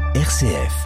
RCF.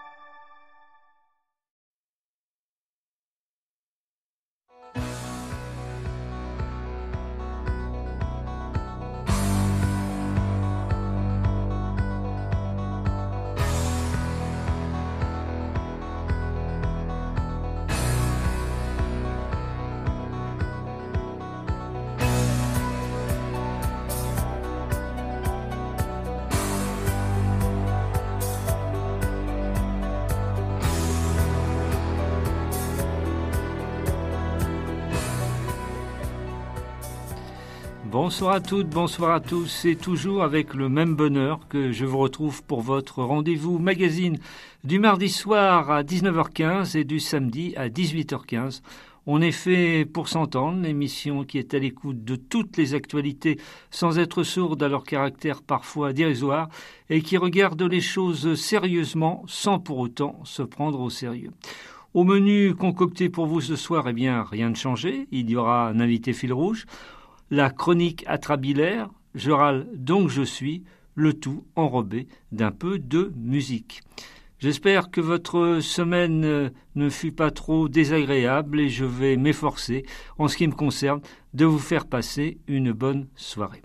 Bonsoir à toutes, bonsoir à tous. C'est toujours avec le même bonheur que je vous retrouve pour votre rendez-vous magazine du mardi soir à 19h15 et du samedi à 18h15. On est fait pour s'entendre, l'émission qui est à l'écoute de toutes les actualités sans être sourde à leur caractère parfois dérisoire et qui regarde les choses sérieusement sans pour autant se prendre au sérieux. Au menu concocté pour vous ce soir, rien de changé. Il y aura un invité fil rouge, la chronique atrabilaire, je râle donc je suis, le tout enrobé d'un peu de musique. J'espère que votre semaine ne fut pas trop désagréable et je vais m'efforcer, en ce qui me concerne, de vous faire passer une bonne soirée.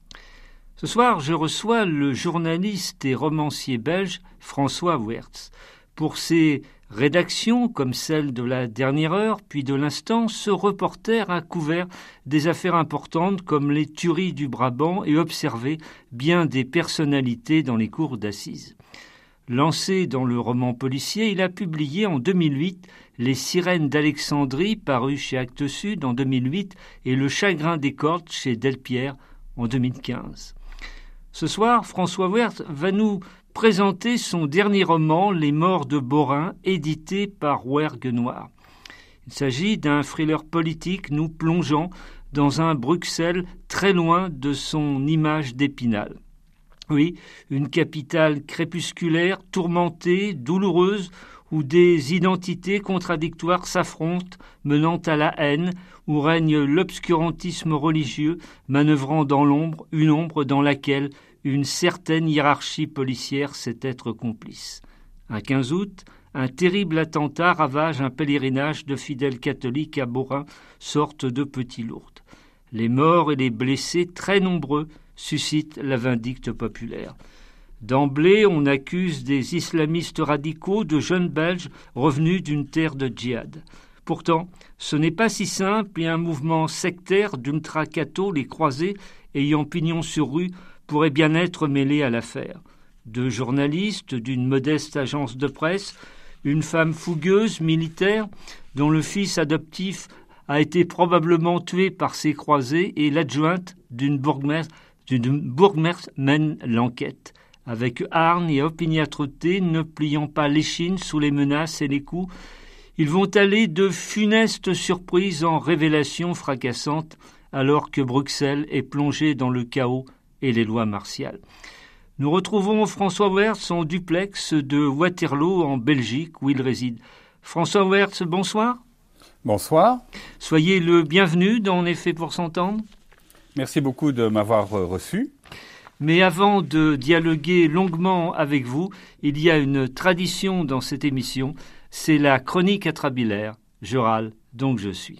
Ce soir, je reçois le journaliste et romancier belge François Weerts. Pour ses rédactions, comme celle de la dernière heure, puis de l'instant, ce reporter a couvert des affaires importantes comme les tueries du Brabant et observé bien des personnalités dans les cours d'assises. Lancé dans le roman policier, il a publié en 2008 Les Sirènes d'Alexandrie, paru chez Actes Sud en 2008, et Le Chagrin des cordes chez Delpierre en 2015. Ce soir, François Weerts va nous présenter son dernier roman, Les Morts de Borin, édité par Ouergue Noir. Il s'agit d'un thriller politique nous plongeant dans un Bruxelles très loin de son image d'Épinal. Oui, une capitale crépusculaire, tourmentée, douloureuse, où des identités contradictoires s'affrontent, menant à la haine, où règne l'obscurantisme religieux, manœuvrant dans l'ombre, une ombre dans laquelle une certaine hiérarchie policière sait être complice. Un 15 août, un terrible attentat ravage un pèlerinage de fidèles catholiques à Borin, sorte de Petit-Lourdes. Les morts et les blessés, très nombreux, suscitent la vindicte populaire. D'emblée, on accuse des islamistes radicaux de jeunes Belges revenus d'une terre de djihad. Pourtant, ce n'est pas si simple et un mouvement sectaire d'ultra-cathos, les croisés, ayant pignon sur rue, pourrait bien être mêlé à l'affaire. Deux journalistes d'une modeste agence de presse, une femme fougueuse, militaire, dont le fils adoptif a été probablement tué par ces croisés, et l'adjointe d'une bourgmestre mène l'enquête. Avec hargne et opiniâtreté, ne pliant pas l'échine sous les menaces et les coups, ils vont aller de funestes surprises en révélations fracassantes, alors que Bruxelles est plongée dans le chaos et les lois martiales. Nous retrouvons François Weerts en duplex de Waterloo en Belgique où il réside. François Weerts, bonsoir. Bonsoir. Soyez le bienvenu dans On est fait pour s'entendre. Merci beaucoup de m'avoir reçu. Mais avant de dialoguer longuement avec vous, il y a une tradition dans cette émission, c'est la chronique atrabilaire. Je râle, donc je suis.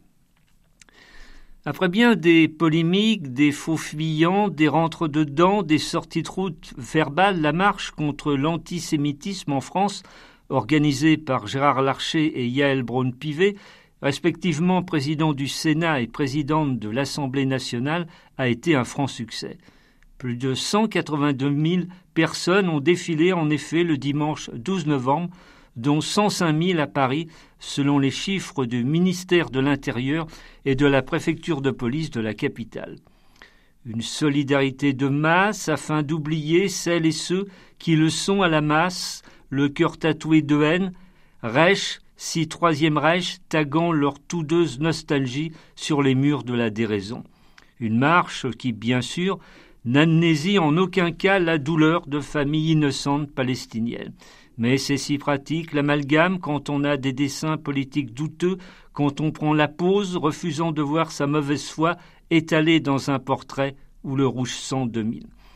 Après bien des polémiques, des faux fuyants, des rentre-dedans, des sorties de route verbales, la marche contre l'antisémitisme en France, organisée par Gérard Larcher et Yaël Braun-Pivet, respectivement président du Sénat et présidente de l'Assemblée nationale, a été un franc succès. Plus de 182 000 personnes ont défilé en effet le dimanche 12 novembre, dont 105 000 à Paris, selon les chiffres du ministère de l'Intérieur et de la préfecture de police de la capitale. Une solidarité de masse afin d'oublier celles et ceux qui le sont à la masse, le cœur tatoué de haine, Reich, si Troisième Reich, taguant leur toudeuse nostalgie sur les murs de la déraison. Une marche qui, bien sûr, n'amnésie en aucun cas la douleur de familles innocentes palestiniennes. Mais c'est si pratique, l'amalgame, quand on a des desseins politiques douteux, quand on prend la pause, refusant de voir sa mauvaise foi étalée dans un portrait ou le rouge sang 2000.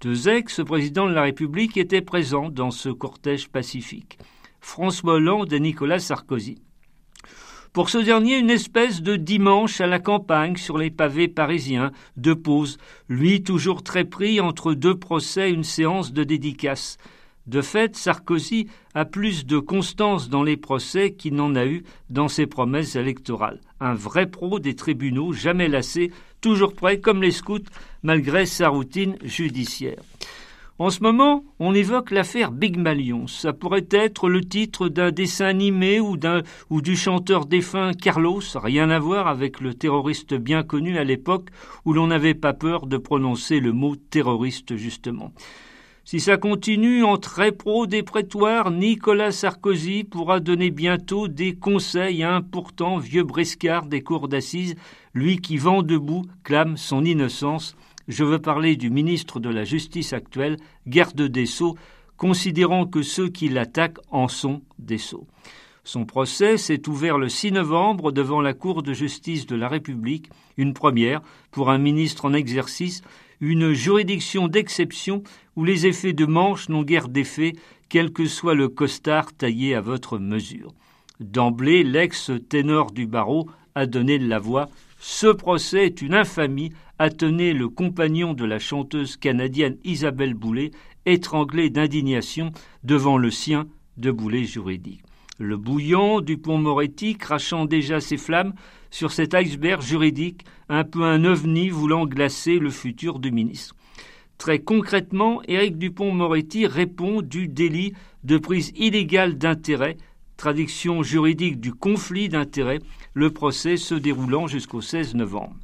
Deux ex-présidents de la République étaient présents dans ce cortège pacifique, François Hollande et Nicolas Sarkozy. Pour ce dernier, une espèce de dimanche à la campagne sur les pavés parisiens, de pause, lui toujours très pris entre deux procès et une séance de dédicace. De fait, Sarkozy a plus de constance dans les procès qu'il n'en a eu dans ses promesses électorales. Un vrai pro des tribunaux, jamais lassé, toujours prêt comme les scouts, malgré sa routine judiciaire. En ce moment, on évoque l'affaire Big Malion. Ça pourrait être le titre d'un dessin animé ou du chanteur défunt Carlos, rien à voir avec le terroriste bien connu à l'époque où l'on n'avait pas peur de prononcer le mot terroriste justement. Si ça continue en très pro des prétoires, Nicolas Sarkozy pourra donner bientôt des conseils à un pourtant vieux briscard des cours d'assises, lui qui vent debout clame son innocence. Je veux parler du ministre de la Justice actuel, garde des Sceaux, considérant que ceux qui l'attaquent en sont des sots. Son procès s'est ouvert le 6 novembre devant la Cour de justice de la République, une première pour un ministre en exercice, une juridiction d'exception où les effets de manche n'ont guère d'effet, quel que soit le costard taillé à votre mesure. D'emblée, l'ex-ténor du barreau a donné la voix. Ce procès est une infamie, a tenu le compagnon de la chanteuse canadienne Isabelle Boulay, étranglé d'indignation devant le sien de Boulay juridique. Le bouillon Dupond-Moretti crachant déjà ses flammes sur cet iceberg juridique, un peu un ovni voulant glacer le futur du ministre. Très concrètement, Éric Dupond-Moretti répond du délit de prise illégale d'intérêt, traduction juridique du conflit d'intérêts, le procès se déroulant jusqu'au 16 novembre.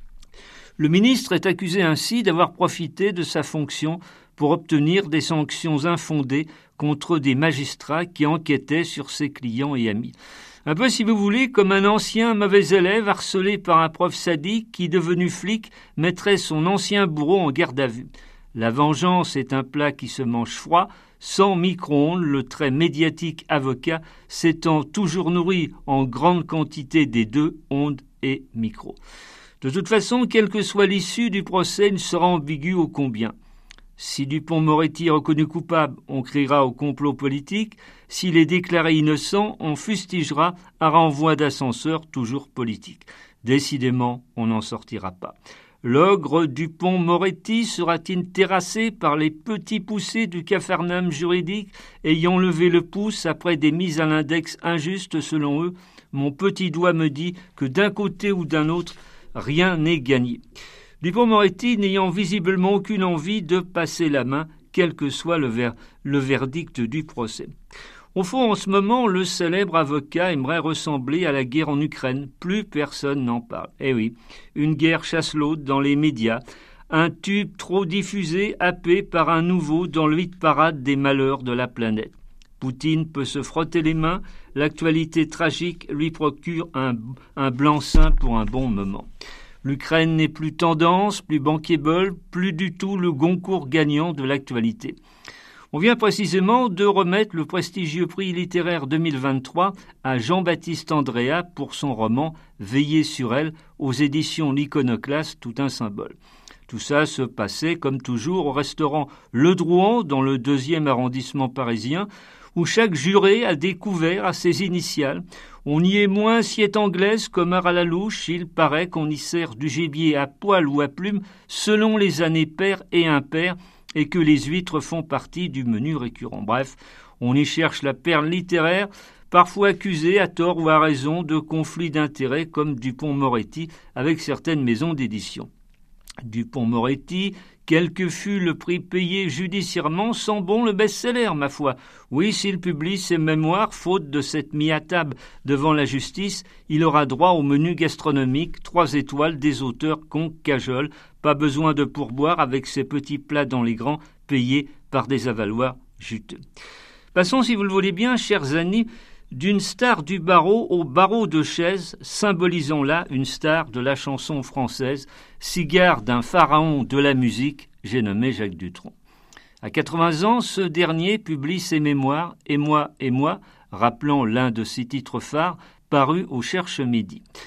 Le ministre est accusé ainsi d'avoir profité de sa fonction pour obtenir des sanctions infondées contre des magistrats qui enquêtaient sur ses clients et amis. Un peu, si vous voulez, comme un ancien mauvais élève harcelé par un prof sadique qui, devenu flic, mettrait son ancien bourreau en garde à vue. La vengeance est un plat qui se mange froid, sans micro-ondes, le très médiatique avocat s'étant toujours nourri en grande quantité des deux, ondes et micro. De toute façon, quelle que soit l'issue du procès, il sera ambigu ô combien. Si Dupond-Moretti est reconnu coupable, on criera au complot politique. S'il est déclaré innocent, on fustigera un renvoi d'ascenseur toujours politique. Décidément, on n'en sortira pas. L'ogre Dupond-Moretti sera-t-il terrassé par les petits poussés du capharnaüm juridique ayant levé le pouce après des mises à l'index injustes selon eux? Mon petit doigt me dit que d'un côté ou d'un autre, rien n'est gagné. Dupond-Moretti n'ayant visiblement aucune envie de passer la main, quel que soit le verdict du procès. Au fond, en ce moment, le célèbre avocat aimerait ressembler à la guerre en Ukraine. Plus personne n'en parle. Eh oui, une guerre chasse l'autre dans les médias, un tube trop diffusé, happé par un nouveau dans le hit-parade des malheurs de la planète. Poutine peut se frotter les mains, l'actualité tragique lui procure un blanc-seing pour un bon moment. L'Ukraine n'est plus tendance, plus bankable, plus du tout le Goncourt gagnant de l'actualité. On vient précisément de remettre le prestigieux prix littéraire 2023 à Jean-Baptiste Andréa pour son roman « Veiller sur elle » aux éditions L'Iconoclaste, tout un symbole. Tout ça se passait, comme toujours, au restaurant Le Drouan, dans le 2e arrondissement parisien, où chaque juré a découvert à ses initiales. On y est moins assiette anglaise comme heure à la louche, il paraît qu'on y sert du gibier à poil ou à plume selon les années paires et impaires, et que les huîtres font partie du menu récurrent. Bref, on y cherche la perle littéraire, parfois accusée à tort ou à raison de conflits d'intérêts comme Dupond-Moretti avec certaines maisons d'édition. Dupond-Moretti, quel que fût le prix payé judiciairement, sent bon le best-seller, ma foi. Oui, s'il publie ses mémoires, faute de cette mise à table devant la justice, il aura droit au menu gastronomique 3 étoiles des auteurs qu'on cajole. Pas besoin de pourboire avec ses petits plats dans les grands, payés par des avaloirs juteux. Passons, si vous le voulez bien, chers amis, d'une star du barreau au barreau de chaise, symbolisons là une star de la chanson française, cigare d'un pharaon de la musique, j'ai nommé Jacques Dutronc. À 80 ans, ce dernier publie ses mémoires « Et moi », rappelant l'un de ses titres phares, paru au Cherche Midi.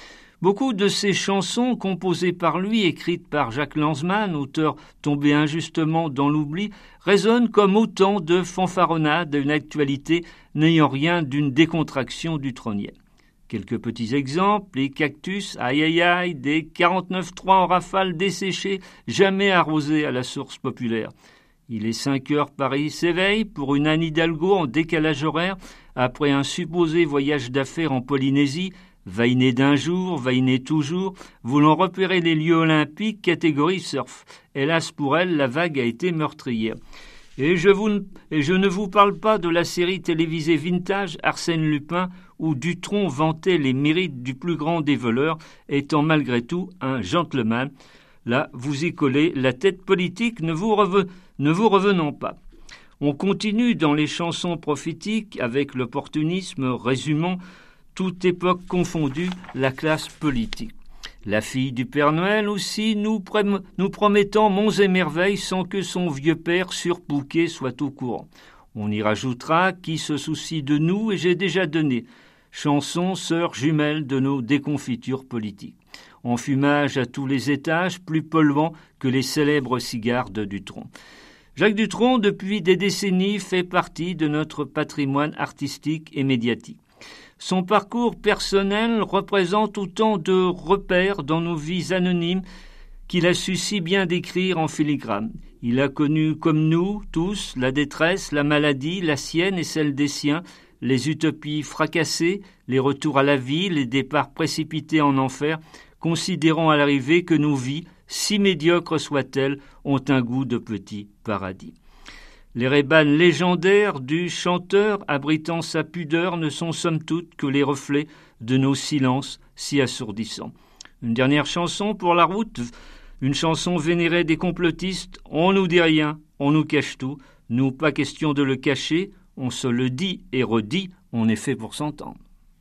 Beaucoup de ces chansons, composées par lui, écrites par Jacques Lanzmann, auteur tombé injustement dans l'oubli, résonnent comme autant de fanfaronnades d'une actualité n'ayant rien d'une décontraction du trônier. Quelques petits exemples, les cactus, aïe aïe aïe, des 49.3 en rafale desséchés, jamais arrosés à la source populaire. Il est 5 heures, Paris s'éveille pour une Anne Hidalgo en décalage horaire, après un supposé voyage d'affaires en Polynésie, vainée d'un jour, vainée toujours, voulant repérer les lieux olympiques, catégorie surf. Hélas pour elle, la vague a été meurtrière. Et je ne vous parle pas de la série télévisée Vintage, Arsène Lupin, où Dutronc vantait les mérites du plus grand des voleurs, étant malgré tout un gentleman. Là, vous y collez la tête politique, ne vous revenant pas. On continue dans les chansons prophétiques avec l'opportunisme résumant, toute époque confondue, la classe politique. La fille du Père Noël aussi nous promettant monts et merveilles sans que son vieux père surpouqué soit au courant. On y rajoutera qui se soucie de nous et j'ai déjà donné. Chansons, sœurs jumelles de nos déconfitures politiques. Enfumage à tous les étages, plus polluant que les célèbres cigares de Dutronc. Jacques Dutronc, depuis des décennies, fait partie de notre patrimoine artistique et médiatique. Son parcours personnel représente autant de repères dans nos vies anonymes qu'il a su si bien décrire en filigrane. Il a connu, comme nous tous, la détresse, la maladie, la sienne et celle des siens, les utopies fracassées, les retours à la vie, les départs précipités en enfer, considérant à l'arrivée que nos vies, si médiocres soient-elles, ont un goût de petit paradis. Les rébanes légendaires du chanteur abritant sa pudeur ne sont somme toute que les reflets de nos silences si assourdissants. Une dernière chanson pour la route, une chanson vénérée des complotistes. On nous dit rien, on nous cache tout. Nous, pas question de le cacher, on se le dit et redit, on est fait pour s'entendre.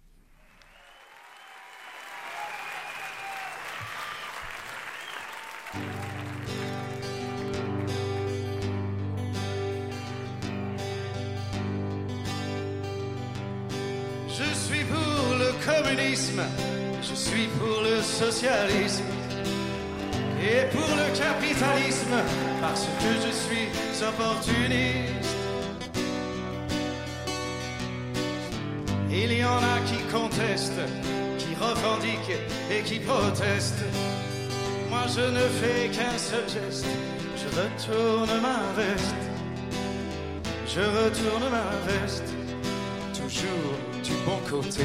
Je suis pour le communisme, je suis pour le socialisme et pour le capitalisme parce que je suis opportuniste. Il y en a qui contestent, qui revendiquent et qui protestent. Moi je ne fais qu'un seul geste, je retourne ma veste. Je retourne ma veste, toujours du bon côté.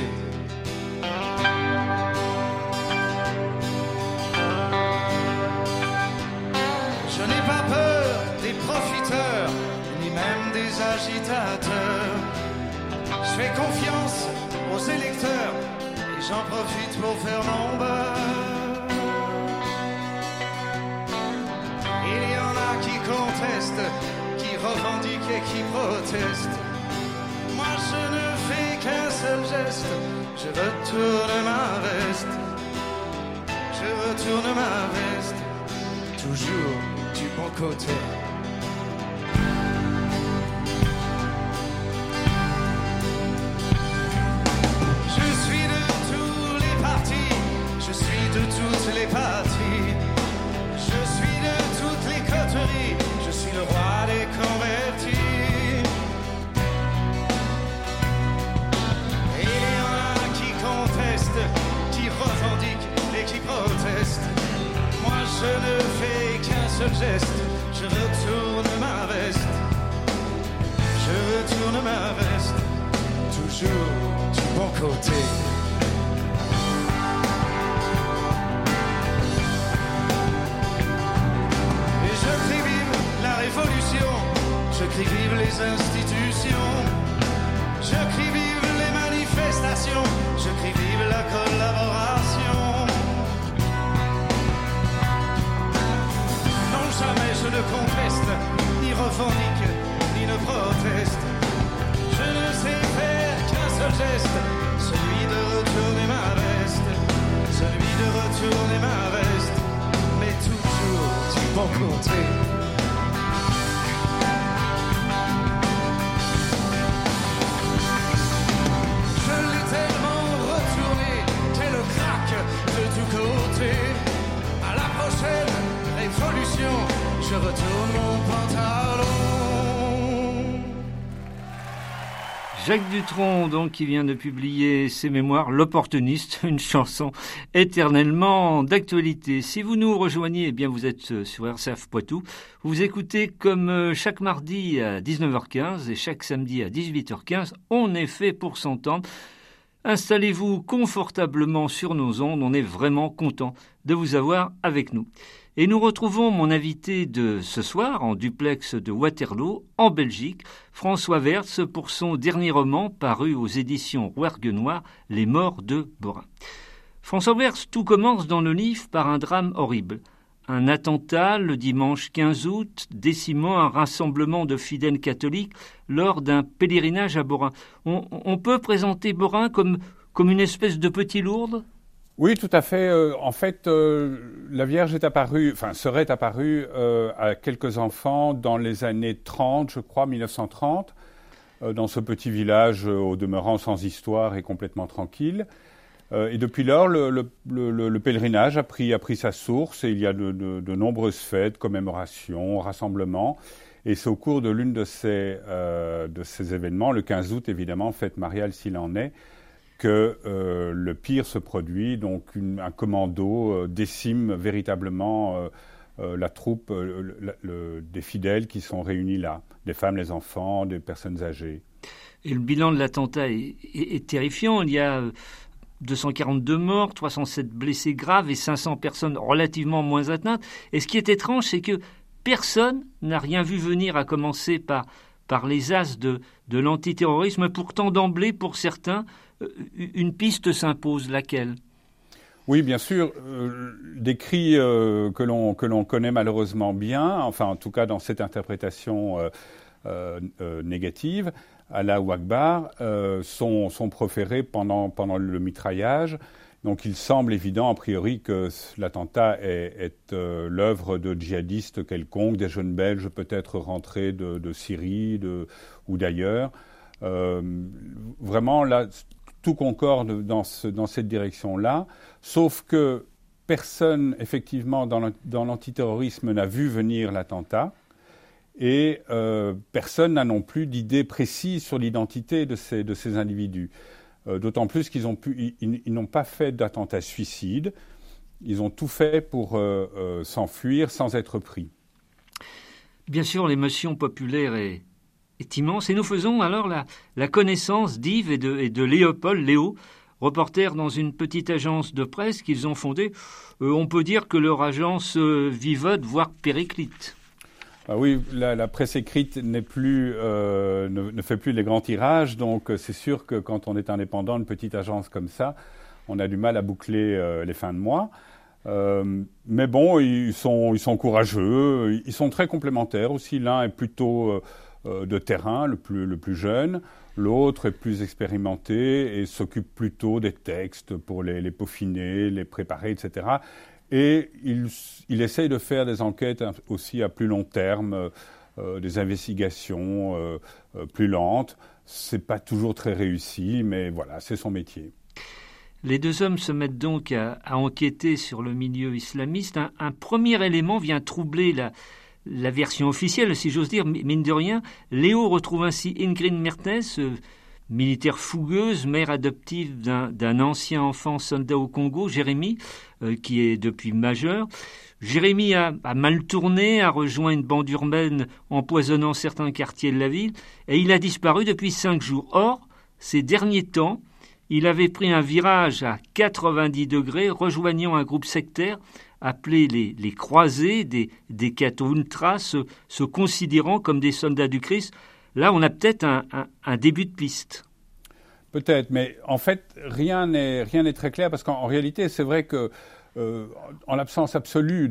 Je n'ai pas peur des profiteurs, ni même des agitateurs. Je fais confiance aux électeurs et j'en profite pour faire mon beurre. Il y en a qui contestent, qui revendiquent et qui protestent. Moi je ne fais qu'un seul geste, je retourne ma veste. Je retourne ma veste, toujours du bon côté. Je suis de tous les partis, je suis de toutes les parties. Je suis de toutes les coteries, je suis le roi des convertis. Qui revendique et qui proteste. Moi je ne fais qu'un seul geste, je retourne ma veste. Je retourne ma veste, toujours du bon côté. Et je crie vive la révolution, je crie vive les institutions, je crie vive les manifestations, je crie vive la collaboration. Non, jamais je ne conteste, ni revendique, ni ne proteste. Je ne sais faire qu'un seul geste, celui de retourner ma veste. Celui de retourner ma veste, mais toujours du bon côté. De Jacques Dutronc, donc, qui vient de publier ses mémoires, L'Opportuniste, une chanson éternellement d'actualité. Si vous nous rejoignez, eh bien, vous êtes sur RCF Poitou. Vous écoutez comme chaque mardi à 19h15 et chaque samedi à 18h15. On est fait pour s'entendre. Installez-vous confortablement sur nos ondes. On est vraiment content de vous avoir avec nous. Et nous retrouvons mon invité de ce soir en duplex de Waterloo, en Belgique, François Wertz, pour son dernier roman paru aux éditions Rouergue Noir, Les Morts de Borin. François Wertz, tout commence dans le livre par un drame horrible. Un attentat le dimanche 15 août, décimant un rassemblement de fidèles catholiques lors d'un pèlerinage à Borin. On peut présenter Borin comme une espèce de petit Lourdes ? Oui, tout à fait. En fait, la Vierge serait apparue à quelques enfants dans les années 30, je crois, 1930, dans ce petit village au demeurant sans histoire et complètement tranquille. Et depuis lors, le pèlerinage a pris sa source et il y a de nombreuses fêtes, commémorations, rassemblements. Et c'est au cours de l'une de ces événements, le 15 août évidemment, fête mariale s'il en est, que le pire se produit. Donc un commando décime véritablement la troupe des fidèles qui sont réunis là, des femmes, les enfants, des personnes âgées. Et le bilan de l'attentat est terrifiant. Il y a 242 morts, 307 blessés graves et 500 personnes relativement moins atteintes. Et ce qui est étrange, c'est que personne n'a rien vu venir, à commencer par les as de l'antiterrorisme. Pourtant, d'emblée, pour certains, une piste s'impose. Laquelle ? Oui, bien sûr, des cris que l'on connaît malheureusement bien, enfin en tout cas dans cette interprétation négative, Allahu Akbar, sont proférés pendant le mitraillage. Donc il semble évident a priori que l'attentat est l'œuvre de djihadistes quelconques, des jeunes Belges peut-être rentrés de Syrie ou d'ailleurs. Vraiment là, tout concorde dans cette direction-là, sauf que personne, effectivement, dans l'antiterrorisme n'a vu venir l'attentat et personne n'a non plus d'idée précise sur l'identité de ces individus. D'autant plus qu'ils n'ont pas fait d'attentat suicide, ils ont tout fait pour s'enfuir sans être pris. Bien sûr, l'émotion populaire est immense. Et nous faisons alors la connaissance d'Yves et de Léo, reporters dans une petite agence de presse qu'ils ont fondée. On peut dire que leur agence vivote, voire périclite. Ah oui, la presse écrite ne fait plus les grands tirages, donc c'est sûr que quand on est indépendant, une petite agence comme ça, on a du mal à boucler les fins de mois. Mais bon, ils sont courageux, ils sont très complémentaires aussi. L'un est plutôt de terrain, le plus jeune. L'autre est plus expérimenté et s'occupe plutôt des textes pour les peaufiner, les préparer, etc. Et il essaye de faire des enquêtes aussi à plus long terme, des investigations plus lentes. C'est pas toujours très réussi, mais voilà, c'est son métier. Les deux hommes se mettent donc à enquêter sur le milieu islamiste. Un premier élément vient troubler la version officielle, si j'ose dire, mine de rien. Léo retrouve ainsi Ingrid Mertens, militaire fougueuse, mère adoptive d'un ancien enfant soldat au Congo, Jérémy, qui est depuis majeur. Jérémy a mal tourné, a rejoint une bande urbaine empoisonnant certains quartiers de la ville, et il a disparu depuis 5 jours. Or, ces derniers temps, il avait pris un virage à 90 degrés, rejoignant un groupe sectaire appelé les Croisés, des cathos ultras, se considérant comme des soldats du Christ. Là, on a peut-être un début de piste. Peut-être, mais en fait, rien n'est très clair, parce qu'en réalité, c'est vrai que en l'absence absolue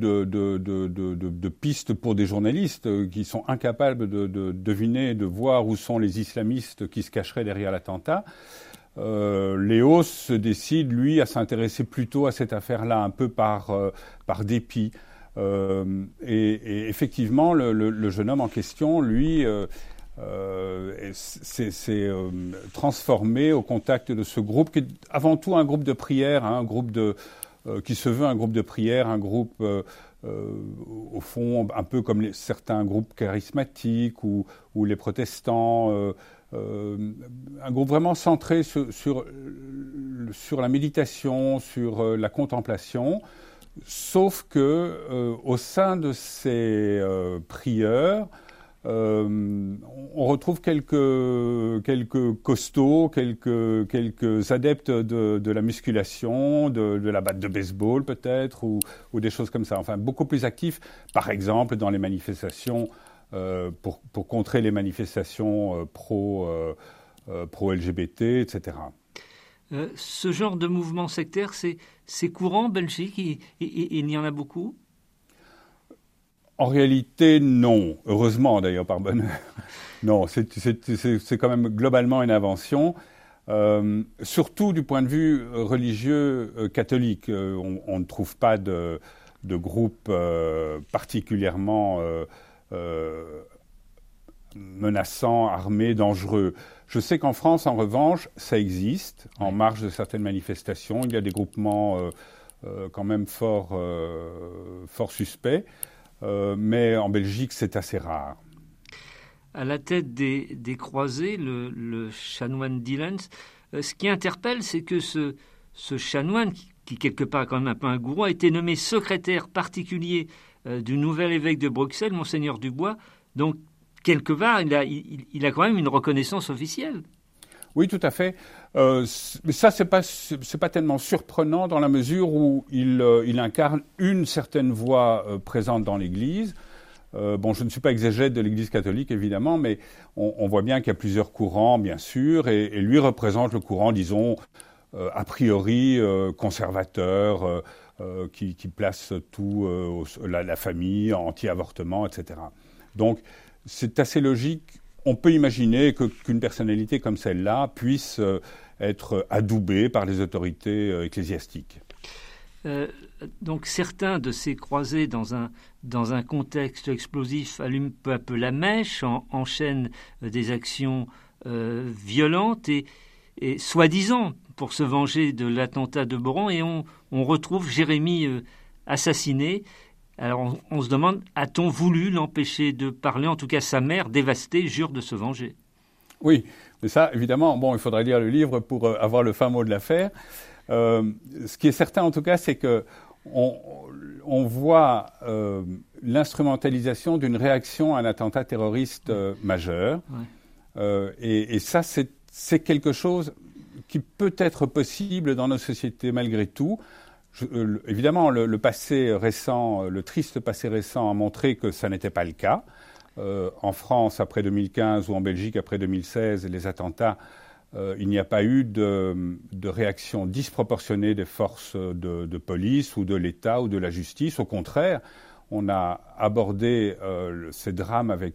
de pistes pour des journalistes qui sont incapables de deviner, de voir où sont les islamistes qui se cacheraient derrière l'attentat, Léo se décide, lui, à s'intéresser plutôt à cette affaire-là, un peu par dépit. Et effectivement, le jeune homme en question, lui, s'est transformé au contact de ce groupe, qui est avant tout un groupe de prière, un groupe qui se veut un groupe de prière, un groupe au fond, un peu comme certains groupes charismatiques ou les protestants, un groupe vraiment centré sur la méditation, sur la contemplation, sauf que au sein de ces prieurs, on retrouve quelques costauds, quelques adeptes de la musculation, de la batte de baseball peut-être, ou des choses comme ça. Enfin, beaucoup plus actifs, par exemple, dans les manifestations, pour contrer les manifestations pro-LGBT, etc. Ce genre de mouvement sectaire, c'est courant en Belgique, il y en a beaucoup? En réalité, non. Heureusement, d'ailleurs, par bonheur. Non, c'est quand même globalement une invention, surtout du point de vue religieux catholique. On ne trouve pas de groupe particulièrement menaçant, armé, dangereux. Je sais qu'en France, en revanche, ça existe. En marge de certaines manifestations, il y a des groupements quand même fort suspects. Mais en Belgique, c'est assez rare. À la tête des croisés, le chanoine Dillens, ce qui interpelle, c'est que ce chanoine, qui quelque part est quand même un peu un gourou, a été nommé secrétaire particulier du nouvel évêque de Bruxelles, Monseigneur Dubois. Donc, quelque part, il a quand même une reconnaissance officielle. Oui, tout à fait. Mais ça, c'est pas tellement surprenant dans la mesure où il incarne une certaine voix présente dans l'Église. Bon, je ne suis pas exégète de l'Église catholique, évidemment, mais on voit bien qu'il y a plusieurs courants, bien sûr, et lui représente le courant, disons, a priori conservateur, qui place tout la famille, anti-avortement, etc. Donc, c'est assez logique. On peut imaginer qu'une personnalité comme celle-là puisse être adoubée par les autorités ecclésiastiques. Donc certains de ces croisés, dans un contexte explosif, allument peu à peu la mèche, enchaînent des actions violentes et soi-disant pour se venger de l'attentat de Boron, et on retrouve Jérémie assassiné. Alors on se demande, a-t-on voulu l'empêcher de parler? En tout cas, sa mère, dévastée, jure de se venger. Oui, mais ça, évidemment, bon, il faudrait lire le livre pour avoir le fin mot de l'affaire. Ce qui est certain, en tout cas, c'est que on voit l'instrumentalisation d'une réaction à un attentat terroriste majeur. Ouais. Et ça, c'est quelque chose qui peut être possible dans nos sociétés malgré tout. Évidemment, le passé récent, le triste passé récent a montré que ça n'était pas le cas. En France, après 2015, ou en Belgique, après 2016, les attentats, il n'y a pas eu de réaction disproportionnée des forces de police ou de l'État ou de la justice. Au contraire, on a abordé ces drames avec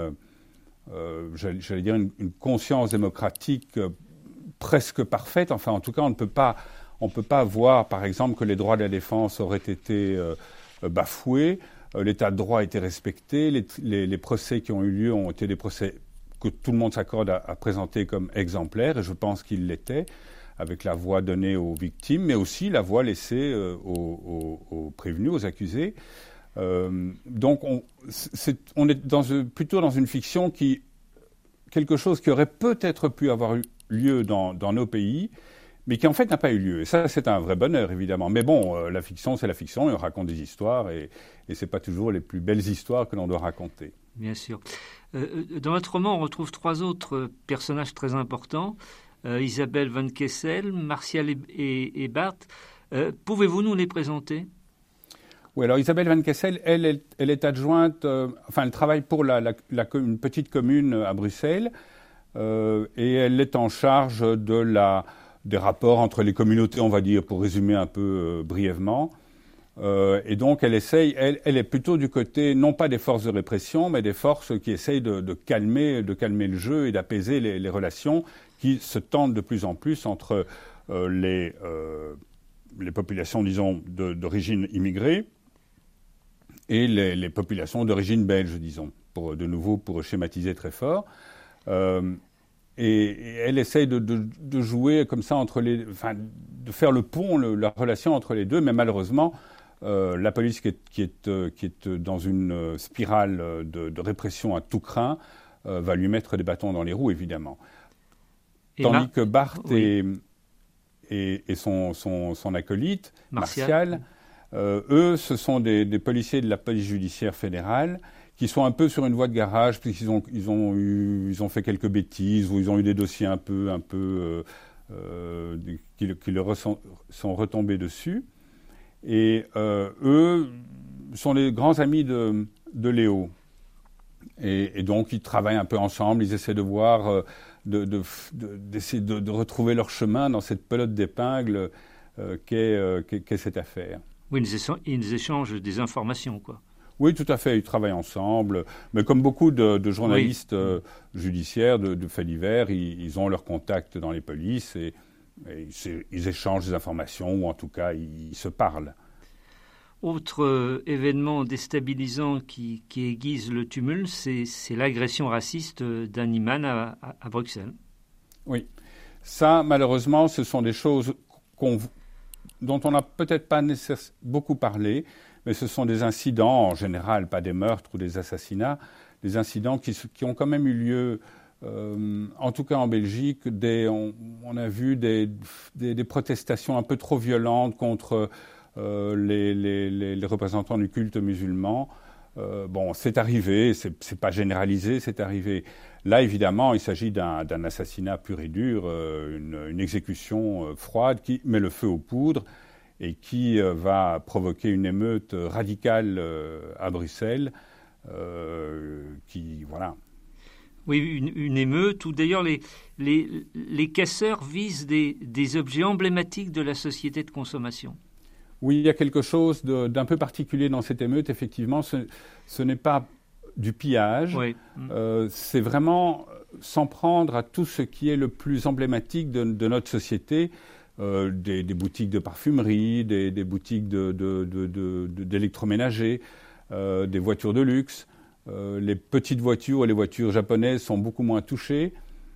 j'allais dire une conscience démocratique presque parfaite. Enfin, en tout cas, on ne peut pas voir, par exemple, que les droits de la défense auraient été bafoués. L'état de droit a été respecté. Les procès qui ont eu lieu ont été des procès que tout le monde s'accorde à présenter comme exemplaires, et je pense qu'ils l'étaient, avec la voix donnée aux victimes, mais aussi la voix laissée aux prévenus, aux accusés. Donc, on est plutôt dans une fiction quelque chose qui aurait peut-être pu avoir eu lieu dans nos pays, mais qui en fait n'a pas eu lieu. Et ça, c'est un vrai bonheur, évidemment. Mais bon, la fiction, c'est la fiction, et on raconte des histoires, et c'est pas toujours les plus belles histoires que l'on doit raconter. Bien sûr. Dans votre roman, on retrouve 3 autres personnages très importants, Isabelle Van Kessel, Martial et Bart. Pouvez-vous nous les présenter? Oui, alors Isabelle Van Kessel, elle est adjointe, elle travaille pour une petite commune à Bruxelles, et elle est en charge des rapports entre les communautés, on va dire, pour résumer un peu brièvement. Et donc, elle est plutôt du côté, non pas des forces de répression, mais des forces qui essayent de calmer le jeu et d'apaiser les relations qui se tendent de plus en plus entre les populations, disons, d'origine immigrée et les populations d'origine belge, disons, pour schématiser très fort. Et elle essaye de jouer comme ça de faire le pont, la relation entre les deux, mais malheureusement, la police qui est dans une spirale de répression à tout crin va lui mettre des bâtons dans les roues, évidemment. Tandis que Barth et son acolyte, Martial, eux, ce sont des policiers de la police judiciaire fédérale qui sont un peu sur une voie de garage, puisqu'ils ont fait quelques bêtises, ou ils ont eu des dossiers un peu qui leur sont retombés dessus. Et eux sont les grands amis de Léo. Et donc, ils travaillent un peu ensemble, ils essaient de voir, d'essayer de retrouver leur chemin dans cette pelote d'épingle qu'est cette affaire. Oui, ils échangent des informations, quoi. Oui, tout à fait, ils travaillent ensemble. Mais comme beaucoup de journalistes judiciaires, de faits divers, ils ont leurs contacts dans les polices et ils échangent des informations, ou en tout cas, ils se parlent. Autre événement déstabilisant qui aiguise le tumulte, c'est l'agression raciste d'un imam à Bruxelles. Oui, ça, malheureusement, ce sont des choses dont on n'a peut-être pas beaucoup parlé, mais ce sont des incidents, en général, pas des meurtres ou des assassinats, des incidents qui ont quand même eu lieu, en tout cas en Belgique. On a vu des protestations un peu trop violentes contre les représentants du culte musulman. Bon, c'est arrivé, c'est pas généralisé, c'est arrivé. Là, évidemment, il s'agit d'un assassinat pur et dur, une exécution froide qui met le feu aux poudres et qui va provoquer une émeute radicale à Bruxelles, voilà. Oui, une émeute où d'ailleurs les casseurs visent des objets emblématiques de la société de consommation. Oui, il y a quelque chose d'un peu particulier dans cette émeute, effectivement. Ce n'est pas du pillage, oui. C'est vraiment s'en prendre à tout ce qui est le plus emblématique de notre société, des boutiques de parfumerie, des boutiques d'électroménager, des voitures de luxe. Les petites voitures et les voitures japonaises sont beaucoup moins touchées.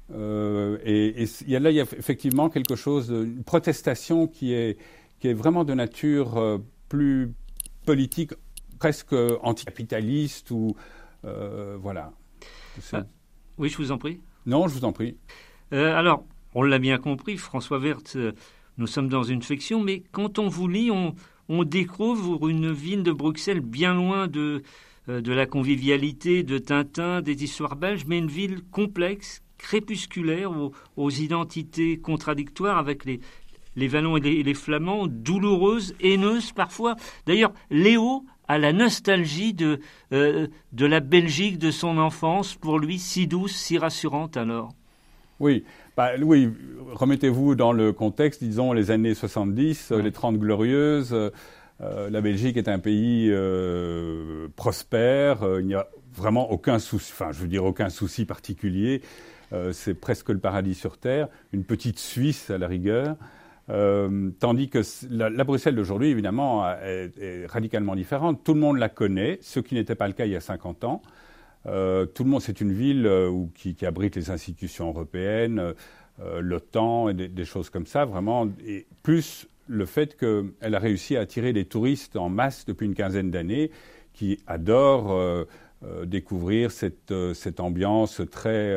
Et il y a effectivement quelque chose, une protestation qui est vraiment de nature plus politique, presque anticapitaliste ou voilà. Oui, je vous en prie. Non, je vous en prie. Alors, on l'a bien compris, François Werth, nous sommes dans une fiction, mais quand on vous lit, on découvre une ville de Bruxelles bien loin de la convivialité, de Tintin, des histoires belges, mais une ville complexe, crépusculaire, aux identités contradictoires avec les Wallons et les Flamands, douloureuses, haineuses parfois. D'ailleurs, Léo a la nostalgie de la Belgique de son enfance, pour lui si douce, si rassurante alors. Oui, oui, remettez-vous dans le contexte, disons les années 70, les 30 glorieuses. La Belgique est un pays prospère, il n'y a vraiment aucun souci particulier. C'est presque le paradis sur terre, une petite Suisse à la rigueur. Tandis que la Bruxelles d'aujourd'hui, évidemment, est radicalement différente. Tout le monde la connaît, ce qui n'était pas le cas il y a 50 ans. Tout le monde, c'est une ville qui abrite les institutions européennes, l'OTAN et des choses comme ça, vraiment. Et plus le fait qu'elle a réussi à attirer des touristes en masse depuis une quinzaine d'années qui adorent découvrir cette ambiance très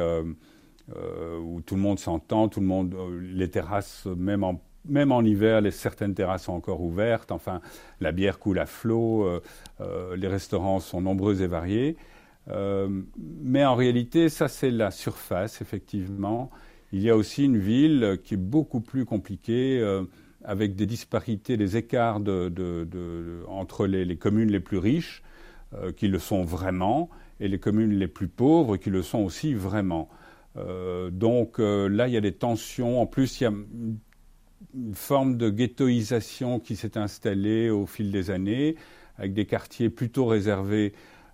où tout le monde s'entend, les terrasses, même en hiver, certaines terrasses sont encore ouvertes. Enfin, la bière coule à flot, les restaurants sont nombreux et variés. Mais en réalité, ça c'est la surface, effectivement. Il y a aussi une ville qui est beaucoup plus compliquée, avec des disparités, des écarts entre les communes les plus riches, qui le sont vraiment, et les communes les plus pauvres, qui le sont aussi vraiment. Donc là, il y a des tensions. En plus, il y a une forme de ghettoisation qui s'est installée au fil des années, avec des quartiers plutôt réservés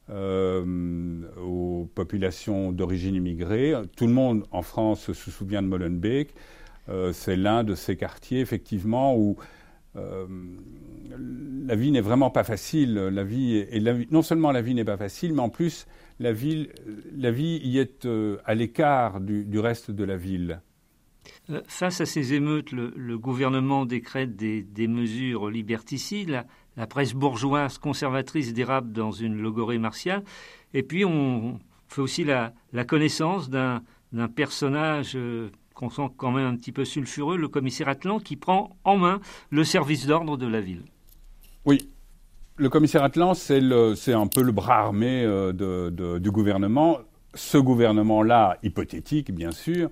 aux populations d'origine immigrée. Tout le monde en France se souvient de Molenbeek. C'est l'un de ces quartiers, effectivement, où la vie n'est vraiment pas facile. Non seulement la vie n'est pas facile, mais en plus, la vie y est à l'écart du reste de la ville. Face à ces émeutes, le gouvernement décrète des mesures liberticides. La presse bourgeoise conservatrice dérape dans une logorrhée martiale. Et puis on fait aussi la connaissance d'un personnage qu'on sent quand même un petit peu sulfureux, le commissaire Atlan, qui prend en main le service d'ordre de la ville. Oui, le commissaire Atlan, c'est un peu le bras armé du gouvernement. Ce gouvernement-là, hypothétique bien sûr,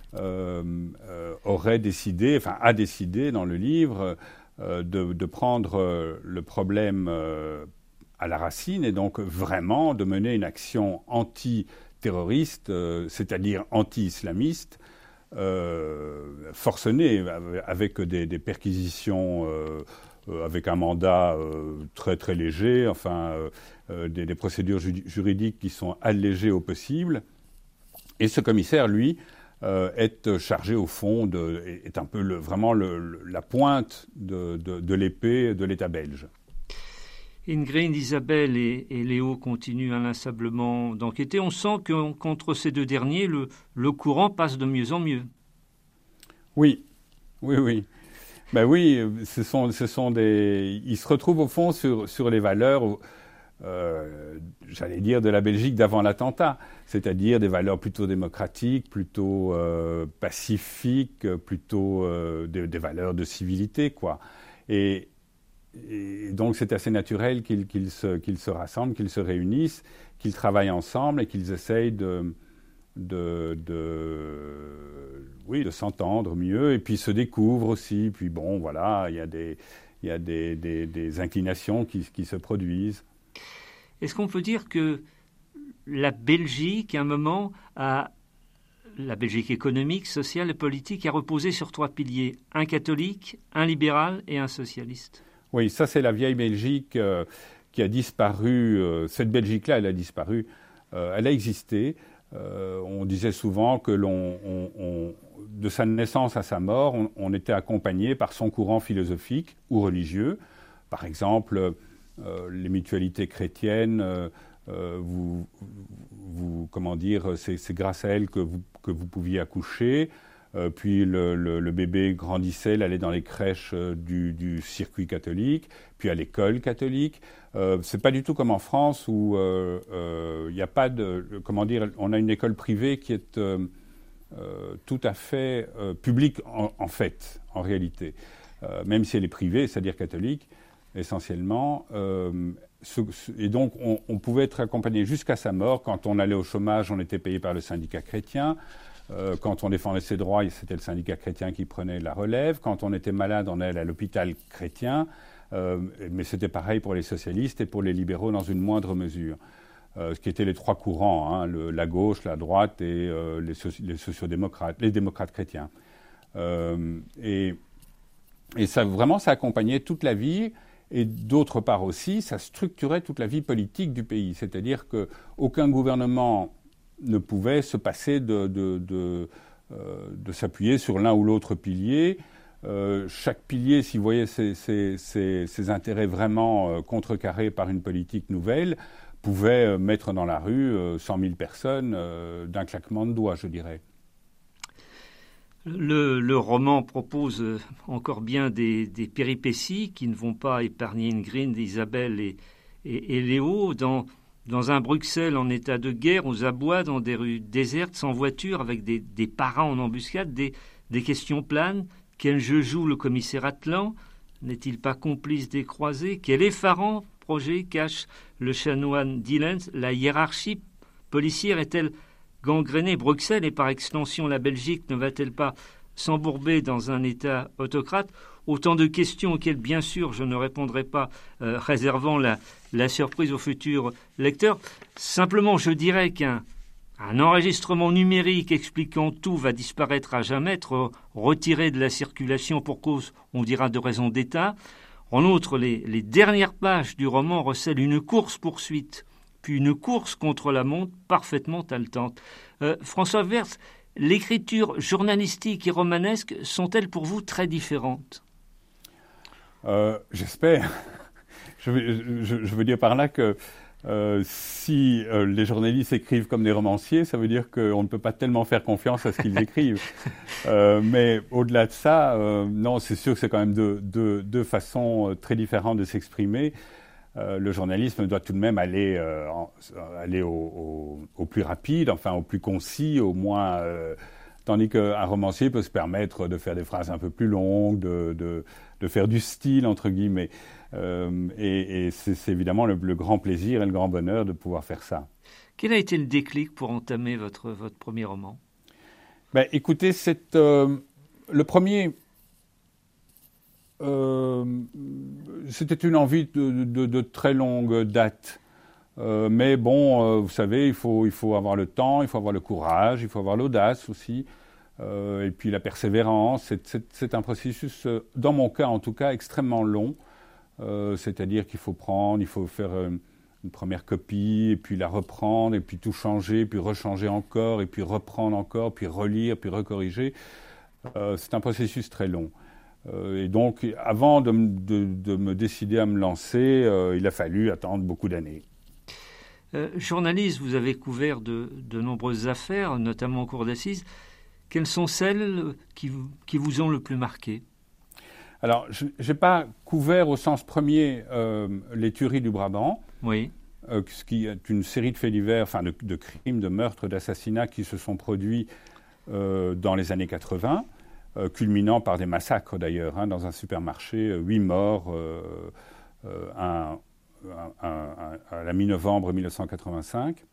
a décidé dans le livre de prendre le problème à la racine et donc vraiment de mener une action anti-terroriste, c'est-à-dire anti-islamiste, forcenée, avec des perquisitions, avec un mandat très très léger, des procédures juridiques qui sont allégées au possible. Et ce commissaire, lui, est chargé au fond, est un peu vraiment la pointe de l'épée de l'État belge. Ingrid, Isabelle et Léo continuent inlassablement d'enquêter. On sent que contre ces deux derniers, le courant passe de mieux en mieux. Oui. Ben oui, ce sont ils se retrouvent au fond sur les valeurs, j'allais dire, de la Belgique d'avant l'attentat, c'est-à-dire des valeurs plutôt démocratiques, plutôt pacifiques, plutôt des valeurs de civilité, quoi. Et donc c'est assez naturel qu'ils se rassemblent, qu'ils se réunissent, qu'ils travaillent ensemble et qu'ils essayent de s'entendre mieux et puis se découvrent aussi. Puis bon, voilà, il y a des inclinations qui se produisent. Est-ce qu'on peut dire que la Belgique, à un moment, la Belgique économique, sociale et politique, a reposé sur 3 piliers, un catholique, un libéral et un socialiste? Oui, ça c'est la vieille Belgique qui a disparu. Cette Belgique-là, elle a disparu. Elle a existé. On disait souvent que de sa naissance à sa mort, on était accompagné par son courant philosophique ou religieux. Par exemple, les mutualités chrétiennes, c'est grâce à elles que vous pouviez accoucher. Puis le bébé grandissait, il allait dans les crèches du circuit catholique, puis à l'école catholique. C'est pas du tout comme en France où il n'y a pas on a une école privée qui est tout à fait publique en réalité. Même si elle est privée, c'est-à-dire catholique, essentiellement. Et donc on pouvait être accompagné jusqu'à sa mort. Quand on allait au chômage, on était payé par le syndicat chrétien. Quand on défendait ses droits, c'était le syndicat chrétien qui prenait la relève. Quand on était malade, on allait à l'hôpital chrétien. Mais c'était pareil pour les socialistes et pour les libéraux dans une moindre mesure. Ce qui étaient les 3 courants, la gauche, la droite et les sociodémocrates, les démocrates chrétiens. Et ça, vraiment, ça accompagnait toute la vie. Et d'autre part aussi, ça structurait toute la vie politique du pays. C'est-à-dire qu'aucun gouvernement ne pouvait se passer de s'appuyer sur l'un ou l'autre pilier. Chaque pilier, s'il voyait ses intérêts vraiment contrecarrés par une politique nouvelle, pouvait mettre dans la rue 100 000 personnes d'un claquement de doigts, je dirais. Le roman propose encore bien des péripéties qui ne vont pas épargner Ingrid, Isabelle et Léo dans un Bruxelles en état de guerre, aux abois, dans des rues désertes, sans voiture, avec des paras en embuscade, des questions planes. Quel jeu joue le commissaire Atlan? N'est-il pas complice des croisés? Quel effarant projet cache le chanoine Dillens? La hiérarchie policière est-elle gangrénée? Bruxelles et par extension la Belgique ne va-t-elle pas s'embourber dans un État autocrate? Autant de questions auxquelles, bien sûr, je ne répondrai pas, réservant la surprise aux futurs lecteurs. Simplement, je dirais qu'un enregistrement numérique expliquant tout va disparaître à jamais, être retiré de la circulation pour cause, on dira, de raison d'État. En outre, les dernières pages du roman recèlent une course-poursuite, puis une course contre la montre parfaitement haletante. François Verts, l'écriture journalistique et romanesque sont-elles pour vous très différentes? J'espère. Je veux dire par là que Si les journalistes écrivent comme des romanciers, ça veut dire qu'on ne peut pas tellement faire confiance à ce qu'ils écrivent. Mais au-delà de ça, non, c'est sûr que c'est quand même deux façons très différentes de s'exprimer. Le journalisme doit tout de même aller au plus rapide, enfin au plus concis, au moins, tandis qu'un romancier peut se permettre de faire des phrases un peu plus longues, de faire du style, entre guillemets. Et c'est évidemment le grand plaisir et le grand bonheur de pouvoir faire ça. Quel a été le déclic pour entamer votre premier roman ? Ben, écoutez, le premier, c'était une envie de très longue date. Mais bon, vous savez, il faut avoir le temps, il faut avoir le courage, il faut avoir l'audace aussi. Et puis la persévérance. C'est un processus, dans mon cas en tout cas, extrêmement long. C'est-à-dire qu'il faut faire une première copie, et puis la reprendre, et puis tout changer, puis rechanger encore, et puis reprendre encore, puis relire, puis recorriger. C'est un processus très long. Et donc, avant de me décider à me lancer, il a fallu attendre beaucoup d'années. Journaliste, vous avez couvert de nombreuses affaires, notamment en cour d'assises. Quelles sont celles qui vous ont le plus marqué ? Alors, je n'ai pas couvert au sens premier les tueries du Brabant, oui. Ce qui est une série de faits divers, enfin de crimes, de meurtres, d'assassinats qui se sont produits dans les années 80, culminant par des massacres d'ailleurs, dans un supermarché, 8 morts à la mi-novembre 1985.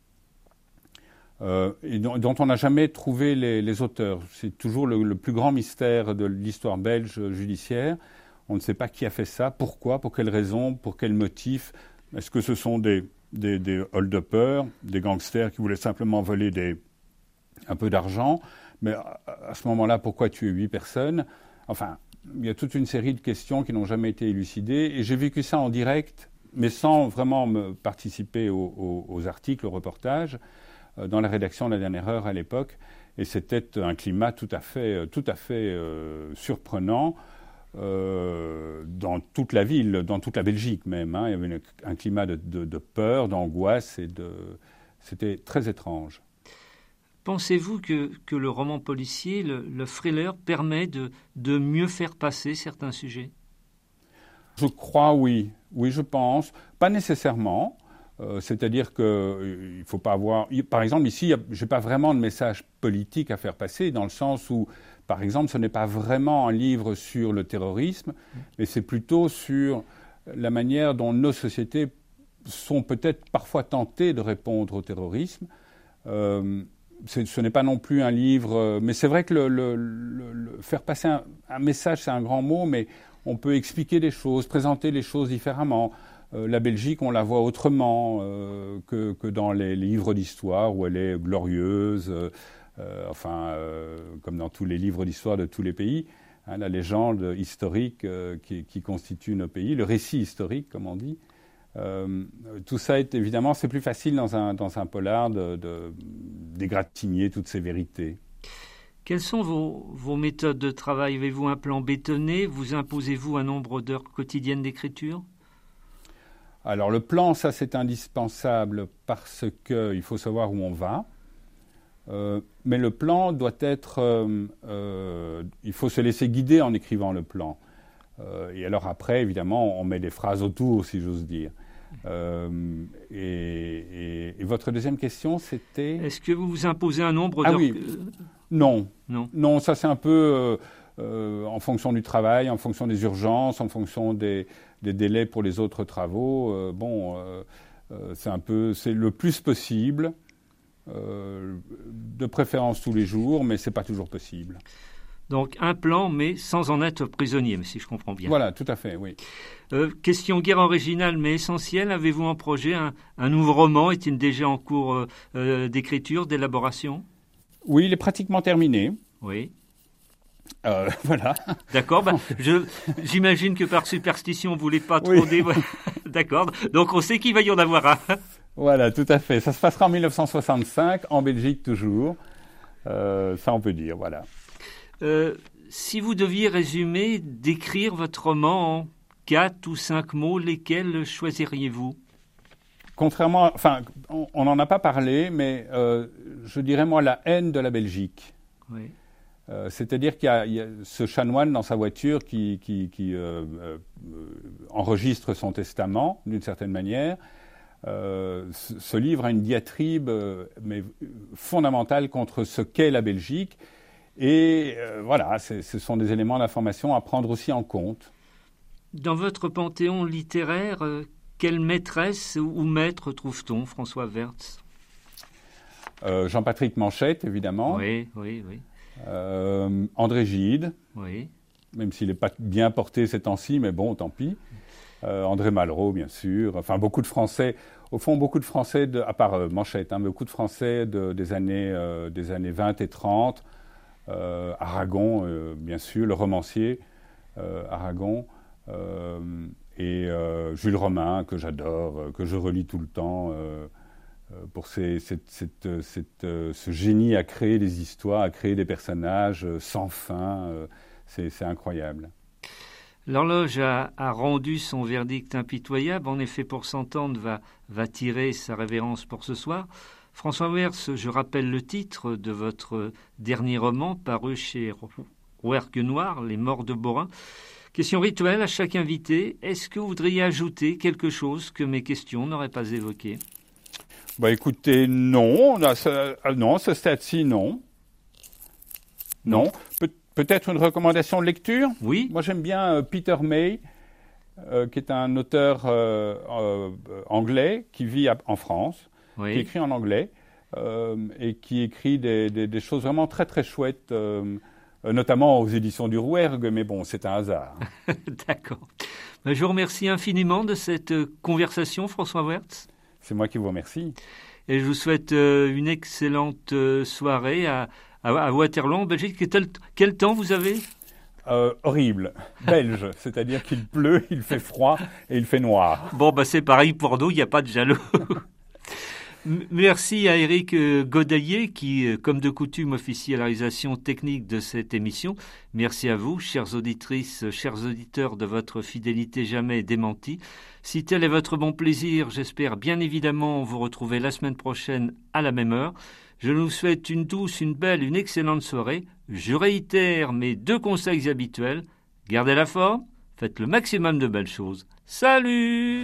Et dont on n'a jamais trouvé les auteurs. C'est toujours le plus grand mystère de l'histoire belge judiciaire. On ne sait pas qui a fait ça, pourquoi, pour quelles raisons, pour quel motif. Est-ce que ce sont des hold-uppers, des gangsters qui voulaient simplement voler un peu d'argent? Mais à ce moment-là, pourquoi tuer 8 personnes? Enfin, il y a toute une série de questions qui n'ont jamais été élucidées. Et j'ai vécu ça en direct, mais sans vraiment participer aux articles, aux reportages, dans la rédaction de La Dernière Heure à l'époque, et c'était un climat tout à fait surprenant dans toute la ville, dans toute la Belgique même. Il y avait un climat de peur, d'angoisse, c'était très étrange. Pensez-vous que le roman policier, le thriller, permet de mieux faire passer certains sujets ? Je crois, oui. Oui, je pense. Pas nécessairement. C'est-à-dire qu'il ne faut pas avoir... Par exemple, ici, je n'ai pas vraiment de message politique à faire passer, dans le sens où, par exemple, ce n'est pas vraiment un livre sur le terrorisme, mais c'est plutôt sur la manière dont nos sociétés sont peut-être parfois tentées de répondre au terrorisme. Ce n'est pas non plus un livre... mais c'est vrai que faire passer un message, c'est un grand mot, mais on peut expliquer des choses, présenter les choses différemment. La Belgique, on la voit autrement que dans les livres d'histoire où elle est glorieuse, comme dans tous les livres d'histoire de tous les pays. La légende historique qui constitue nos pays, le récit historique, comme on dit. Tout ça est évidemment, c'est plus facile dans un polar d'égratigner toutes ces vérités. Quelles sont vos méthodes de travail? Avez-vous un plan bétonné? Vous imposez-vous un nombre d'heures quotidiennes d'écriture? Alors le plan, ça c'est indispensable parce qu'il faut savoir où on va. Mais le plan doit être... il faut se laisser guider en écrivant le plan. Et alors après, évidemment, on met des phrases autour, si j'ose dire. Et votre deuxième question, c'était... Est-ce que vous vous imposez un nombre d'heures? Oui. Non, ça c'est un peu en fonction du travail, en fonction des urgences, en fonction des délais pour les autres travaux. C'est le plus possible, de préférence tous les jours, mais c'est pas toujours possible. Donc un plan, mais sans en être prisonnier, si je comprends bien. Voilà, tout à fait, oui. Question guère originale, mais essentielle. Avez-vous en projet un nouveau roman? Est-il déjà en cours d'écriture, d'élaboration? Oui, il est pratiquement terminé. Oui. Voilà. D'accord. J'imagine que par superstition, vous ne voulez pas trop... Oui. D'accord. Donc on sait qu'il va y en avoir un. Voilà, tout à fait. Ça se passera en 1965, en Belgique toujours. Ça, on peut dire, voilà. Si vous deviez résumer, décrire votre roman en 4 ou 5 mots, lesquels choisiriez-vous? contrairement, enfin, on n'en a pas parlé, mais je dirais moi la haine de la Belgique. Oui. C'est-à-dire qu'il y a ce chanoine dans sa voiture qui enregistre son testament, d'une certaine manière, se livre à une diatribe mais fondamentale contre ce qu'est la Belgique. Et voilà, ce sont des éléments d'information à prendre aussi en compte. Dans votre panthéon littéraire, quelle maîtresse ou maître trouve-t-on, François Wertz ? Jean-Patrick Manchette, évidemment. Oui, oui, oui. André Gide, Oui. même s'il n'est pas bien porté ces temps-ci, mais bon, tant pis. André Malraux, bien sûr. Enfin, beaucoup de Français, au fond, beaucoup de Français, à part Manchette, beaucoup de Français des années 20 et 30. Aragon, bien sûr, le romancier Aragon. Et Jules Romain, que j'adore, que je relis tout le temps, pour ce génie à créer des histoires, à créer des personnages sans fin. C'est incroyable. L'horloge a rendu son verdict impitoyable. En effet, pour s'entendre, va tirer sa révérence pour ce soir. François Wertz, je rappelle le titre de votre dernier roman paru chez Rouergue Noir, Les Morts de Borin. Question rituelle à chaque invité. Est-ce que vous voudriez ajouter quelque chose que mes questions n'auraient pas évoqué ? Bah écoutez, non. À ce stade-ci, non. Non. Peut-être une recommandation de lecture ? Oui. Moi, j'aime bien Peter May, qui est un auteur anglais qui vit en France, Oui. qui écrit en anglais et qui écrit des choses vraiment très très chouettes, notamment aux éditions du Rouergue, mais bon, c'est un hasard. D'accord. Je vous remercie infiniment de cette conversation, François Wertz. C'est moi qui vous remercie. Et je vous souhaite une excellente soirée à Waterloo, en Belgique. Quel temps vous avez ? Horrible, belge, c'est-à-dire qu'il pleut, il fait froid et il fait noir. Bon, c'est pareil pour nous, il n'y a pas de jaloux. Merci à Éric Godaillé qui, comme de coutume, officie à la réalisation technique de cette émission. Merci à vous, chères auditrices, chers auditeurs, de votre fidélité jamais démentie. Si tel est votre bon plaisir, j'espère bien évidemment vous retrouver la semaine prochaine à la même heure. Je vous souhaite une douce, une belle, une excellente soirée. Je réitère mes 2 conseils habituels. Gardez la forme, faites le maximum de belles choses. Salut !